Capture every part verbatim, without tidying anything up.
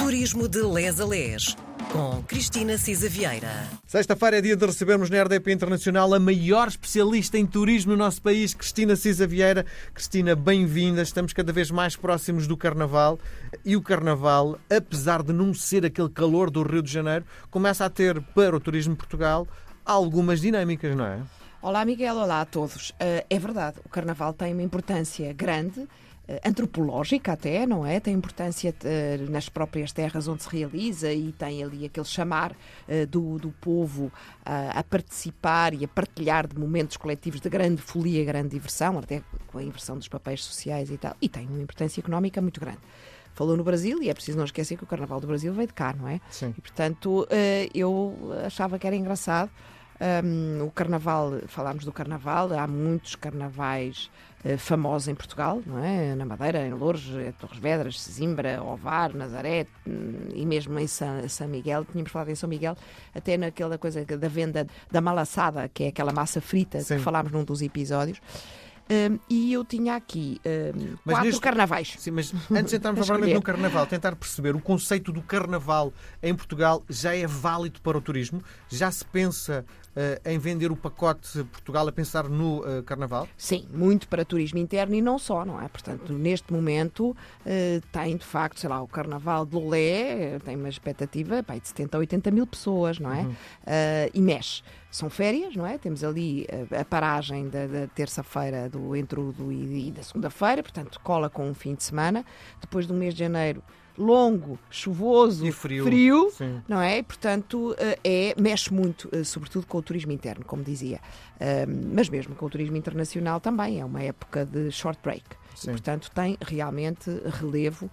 Turismo de Les a Les, com Cristina Cisa Vieira. Sexta-feira é dia de recebermos na R D P Internacional a maior especialista em turismo no nosso país, Cristina Cisa Vieira. Cristina, bem-vinda. Estamos cada vez mais próximos do Carnaval e o Carnaval, apesar de não ser aquele calor do Rio de Janeiro, começa a ter para o turismo de Portugal algumas dinâmicas, não é? Olá, Miguel. Olá a todos. É verdade, o Carnaval tem uma importância grande, antropológica até, não é? Tem importância uh, nas próprias terras onde se realiza e tem ali aquele chamar uh, do, do povo uh, a participar e a partilhar de momentos coletivos de grande folia, grande diversão, até com a inversão dos papéis sociais e tal. E tem uma importância económica muito grande. Falou no Brasil e é preciso não esquecer que o Carnaval do Brasil veio de cá, não é? Sim. E, portanto, uh, eu achava que era engraçado. Um, o Carnaval, falámos do Carnaval, há muitos carnavais uh, famosos em Portugal, não é? Na Madeira, em Loures, Torres Vedras, Sesimbra, Ovar, Nazaré um, e mesmo em São, São Miguel. Tínhamos falado em São Miguel, até naquela coisa da venda da malaçada, que é aquela massa frita. Sim. Que falámos num dos episódios. Um, e eu tinha aqui um, quatro neste... carnavais. Sim, mas antes de entrarmos a falar no Carnaval, tentar perceber o conceito do Carnaval em Portugal já é válido para o turismo? Já se pensa uh, em vender o pacote Portugal a pensar no uh, Carnaval? Sim, muito para turismo interno e não só, não é? Portanto, neste momento uh, tem de facto, sei lá, o Carnaval de Lolé tem uma expectativa pá, de setenta a oitenta mil pessoas, não é? Uhum. Uh, e mexe. São férias, não é? Temos ali a, a paragem da, da terça-feira do entrudo e, e da segunda-feira, portanto cola com um fim de semana. Depois de um mês de janeiro longo, chuvoso, e frio, frio não é? E, portanto, é, mexe muito, sobretudo com o turismo interno, como dizia. Mas mesmo com o turismo internacional também, é uma época de short break. E, portanto, tem realmente relevo.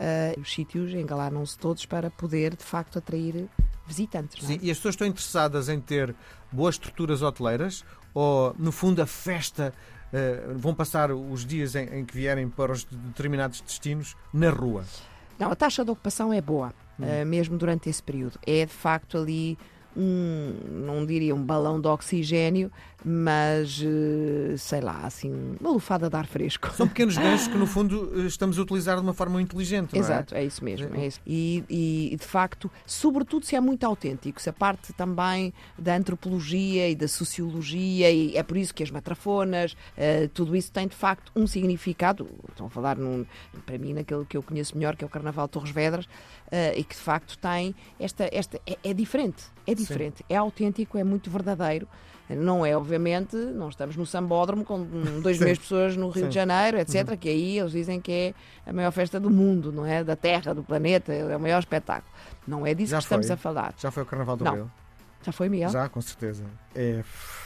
Os sítios engalaram-se todos para poder, de facto, atrair visitantes. Não é? Sim, e as pessoas estão interessadas em ter boas estruturas hoteleiras ou, no fundo, a festa, uh, vão passar os dias em, em que vierem para os determinados destinos na rua? Não, a taxa de ocupação é boa, hum. uh, mesmo durante esse período. É, de facto, ali um, não diria um balão de oxigênio, mas, uh, sei lá, assim, uma lufada de ar fresco. São pequenos ganchos que, no fundo, estamos a utilizar de uma forma inteligente, não é? Exato, é isso mesmo. É isso. E, e, de facto, sobretudo se é muito autêntico, se a parte também da antropologia e da sociologia, e é por isso que as matrafonas, uh, tudo isso tem, de facto, um significado. Estão a falar, num, para mim, naquele que eu conheço melhor, que é o Carnaval de Torres Vedras, uh, e que, de facto, tem esta... esta é, é diferente, é diferente, Sim. é autêntico, é muito verdadeiro. Não é, obviamente, não estamos no Sambódromo com dois milhões de pessoas no Rio Sim. de Janeiro, etcétera, uhum. que aí eles dizem que é a maior festa do mundo, não é? Da Terra, do planeta, é o maior espetáculo. Não é disso Já que estamos foi. a falar. Já foi o Carnaval do não. Rio? Já foi, Miguel? Já, com certeza. É...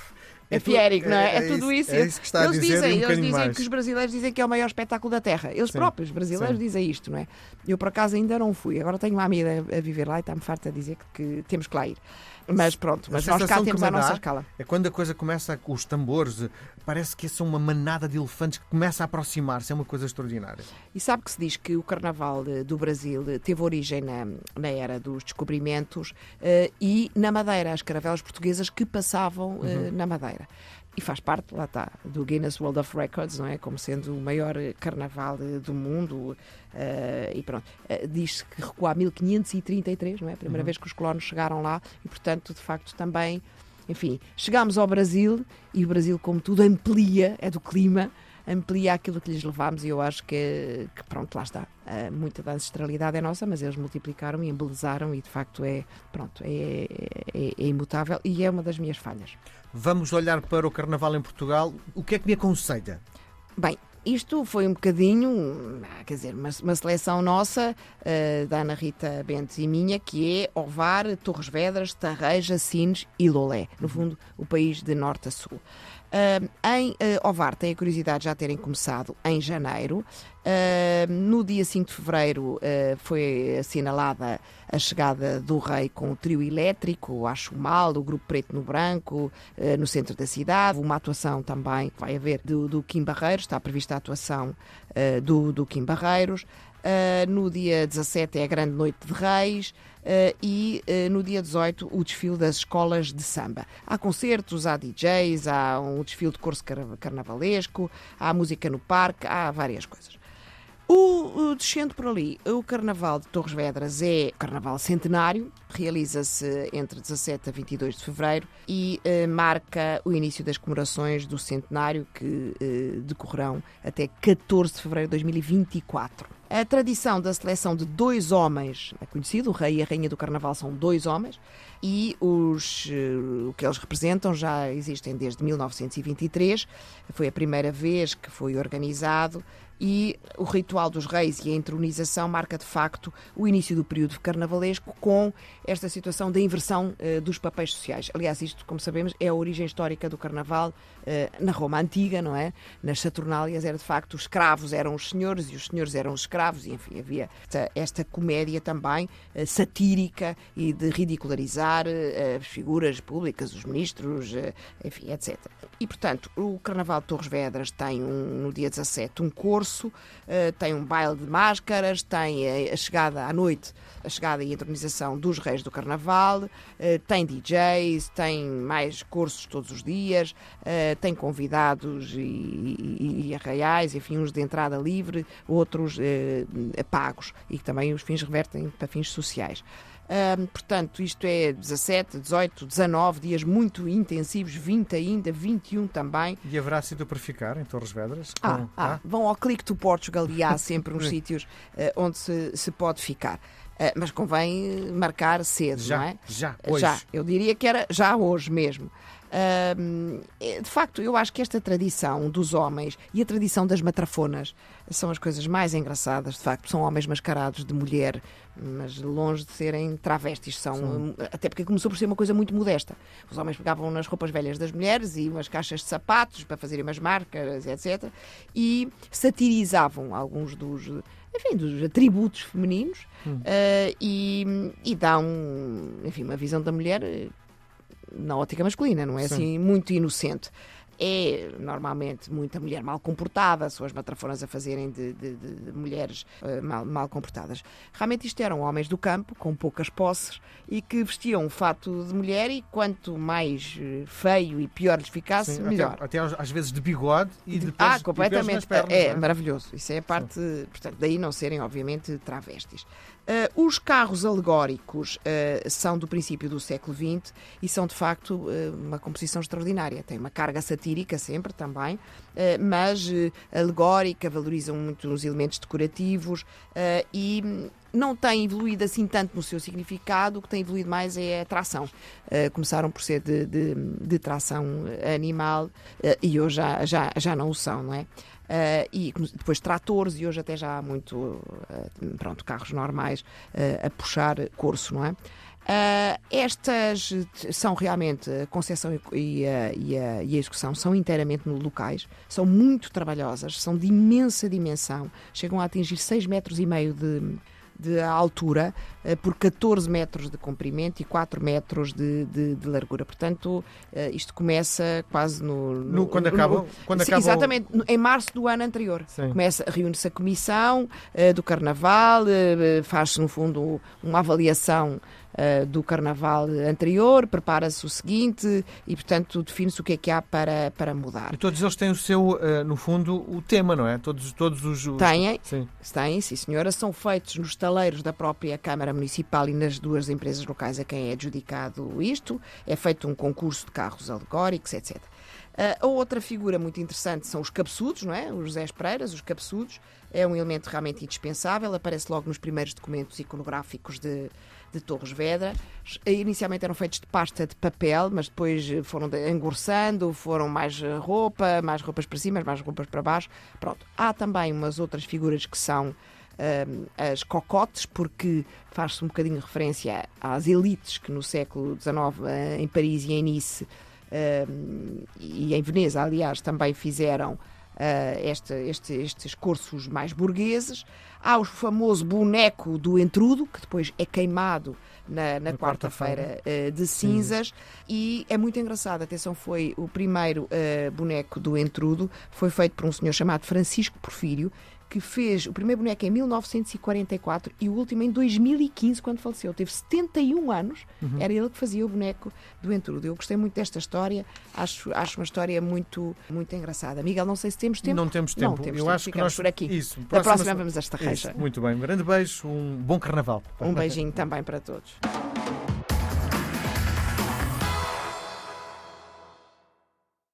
É fiérico, não é? É, é tudo isso. É isso que está eles a dizer dizem, um eles dizem mais. que os brasileiros dizem que é o maior espetáculo da Terra. Eles Sim. próprios, os brasileiros, Sim. dizem isto, não é? Eu, por acaso, ainda não fui. Agora tenho uma amiga a viver lá e está-me farta a dizer que, que temos que lá ir. Mas pronto, mas nós cá temos a nossa escala. É quando a coisa começa com os tambores, parece que são uma manada de elefantes que começa a aproximar-se, é uma coisa extraordinária. E sabe que se diz que o Carnaval do Brasil teve origem na, na era dos descobrimentos uh, e na Madeira, as caravelas portuguesas que passavam uh, uhum. na Madeira. E faz parte, lá está, do Guinness World of Records, não é? Como sendo o maior carnaval do mundo. Uh, e pronto, uh, diz-se que recuou a mil quinhentos e trinta e três, não é? A primeira uhum. vez que os colonos chegaram lá e, portanto, de facto, também, enfim, chegámos ao Brasil e o Brasil, como tudo, amplia, é do clima, amplia aquilo que lhes levámos e eu acho que, que pronto, lá está. Uh, muita da ancestralidade é nossa, mas eles multiplicaram e embelezaram e, de facto, é, pronto, é, é, é imutável e é uma das minhas falhas. Vamos olhar para o Carnaval em Portugal. O que é que me aconselha? Bem, isto foi um bocadinho, quer dizer, uma, uma seleção nossa, uh, da Ana Rita Bentes e minha, que é Ovar, Torres Vedras, Tarreja, Sines e Lolé. No fundo, o país de norte a sul. Uh, em uh, Ovar tem a curiosidade de já terem começado em janeiro. Uh, no dia cinco de fevereiro uh, foi assinalada a chegada do rei com o trio elétrico, o Acho Mal, o Grupo Preto no Branco, uh, no centro da cidade. Uma atuação também vai haver do, do Kim Barreiros, está prevista a atuação uh, do, do Kim Barreiros. Uh, no dia dezassete é a grande noite de Reis. Uh, e uh, no dia dezoito o desfile das escolas de samba. Há concertos, há D Js, há um desfile de curso car- carnavalesco, há música no parque, há várias coisas. O, o, descendo por ali, o Carnaval de Torres Vedras é Carnaval centenário, realiza-se entre dezassete a vinte e dois de fevereiro e eh, marca o início das comemorações do centenário que eh, decorrerão até catorze de fevereiro de dois mil e vinte e quatro. A tradição da seleção de dois homens é conhecido, o rei e a rainha do Carnaval são dois homens e os, uh, o que eles representam já existem desde mil novecentos e vinte e três, foi a primeira vez que foi organizado e o ritual dos reis e a entronização marca de facto o início do período carnavalesco com esta situação da inversão uh, dos papéis sociais. Aliás, isto, como sabemos, é a origem histórica do Carnaval uh, na Roma Antiga, não é? Nas Saturnálias era de facto os escravos eram os senhores e os senhores eram os escravos e enfim, havia esta, esta comédia também uh, satírica e de ridicularizar uh, as figuras públicas, os ministros, uh, enfim, etcétera. E, portanto, o Carnaval de Torres Vedras tem um, no dia dezassete um curso, uh, tem um baile de máscaras, tem a, a chegada à noite, a chegada e a entronização dos reis do Carnaval, uh, tem D Js, tem mais cursos todos os dias, uh, tem convidados e, e, e arraiais, enfim, uns de entrada livre, outros uh, pagos e que também os fins revertem para fins sociais. Um, portanto, isto é dezassete, dezoito, dezanove dias muito intensivos, vinte ainda, vinte e um também. E haverá sítio para ficar em Torres Vedras? Ah, Com... ah, ah? Vão ao Click to Portugal e há sempre uns sítios uh, onde se, se pode ficar. Uh, mas convém marcar cedo, já, não é? Já, hoje. Já, eu diria que era já hoje mesmo. Uh, de facto, eu acho que esta tradição dos homens e a tradição das matrafonas são as coisas mais engraçadas, de facto, são homens mascarados de mulher, mas longe de serem travestis, são, Sim. até porque começou por ser uma coisa muito modesta. Os homens pegavam nas roupas velhas das mulheres e umas caixas de sapatos para fazerem umas marcas, etcétera, e satirizavam alguns dos, enfim, dos atributos femininos hum. uh, e, e dão, enfim, uma visão da mulher na ótica masculina, não é Sim. assim muito inocente. É normalmente muita mulher mal comportada, são as matrafonas a fazerem de, de, de, de mulheres uh, mal, mal comportadas. Realmente isto eram homens do campo, com poucas posses, e que vestiam um fato de mulher e quanto mais uh, feio e pior lhes ficasse, Sim, melhor. Até, até às vezes de bigode e de pelos, Ah, completamente. nas pernas, é, é maravilhoso. Isso é a parte, Sim. portanto, daí não serem, obviamente, travestis. Uh, os carros alegóricos uh, são do princípio do século vinte e são, de facto, uh, uma composição extraordinária. Tem uma carga satírica sempre também, uh, mas uh, alegórica, valorizam muito os elementos decorativos uh, e não tem evoluído assim tanto no seu significado. O que tem evoluído mais é a tração. Uh, começaram por ser de, de, de tração animal uh, e hoje já, já, já não o são, não é? Uh, e depois tratores e hoje até já há muito uh, pronto, carros normais uh, a puxar curso, não é? Uh, estas são realmente a concepção e a, e, a, e a execução são inteiramente locais, são muito trabalhosas, são de imensa dimensão, chegam a atingir seis metros e meio de de altura uh, por catorze metros de comprimento e quatro metros de, de, de largura. Portanto, uh, isto começa quase no... no, no quando acaba, quando sim, acaba exatamente, o... em março do ano anterior. Sim. Começa, reúne-se a comissão uh, do Carnaval, uh, faz-se, no fundo, uma avaliação Uh, do Carnaval anterior, prepara-se o seguinte e, portanto, define-se o que é que há para, para mudar. E todos eles têm o seu, uh, no fundo, o tema, não é? Todos, todos os... os... Têm, sim. têm, sim senhora, são feitos nos taleiros da própria Câmara Municipal e nas duas empresas locais a quem é adjudicado isto. É feito um concurso de carros alegóricos, etcétera. Uh, a outra figura muito interessante são os cabeçudos, não é? Os José Pereiras, os cabeçudos. É um elemento realmente indispensável, aparece logo nos primeiros documentos iconográficos de, de Torres Vedras. Inicialmente eram feitos de pasta de papel, mas depois foram engrossando, foram mais roupa, mais roupas para cima, mais roupas para baixo. Pronto. Há também umas outras figuras que são um, as cocotes, porque faz-se um bocadinho referência às elites que no século dezenove, em Paris e em Nice, um, e em Veneza, aliás, também fizeram Uh, este, este, estes cursos mais burgueses. Há o famoso boneco do entrudo, que depois é queimado na, na, na quarta-feira uh, de cinzas. Sim. E é muito engraçado. Atenção, foi o primeiro uh, boneco do entrudo, foi feito por um senhor chamado Francisco Porfírio, que fez o primeiro boneco em mil novecentos e quarenta e quatro e o último em dois mil e quinze, quando faleceu. Teve setenta e um anos, uhum. Era ele que fazia o boneco do Entrudo. Eu gostei muito desta história, acho, acho uma história muito, muito engraçada. Miguel, não sei se temos tempo. Não temos tempo. Não temos Eu tempo. acho que nós... por aqui. Isso, da próxima, próxima vamos a Estarreja. Muito bem, um grande beijo, um bom carnaval. Um beijinho também para todos.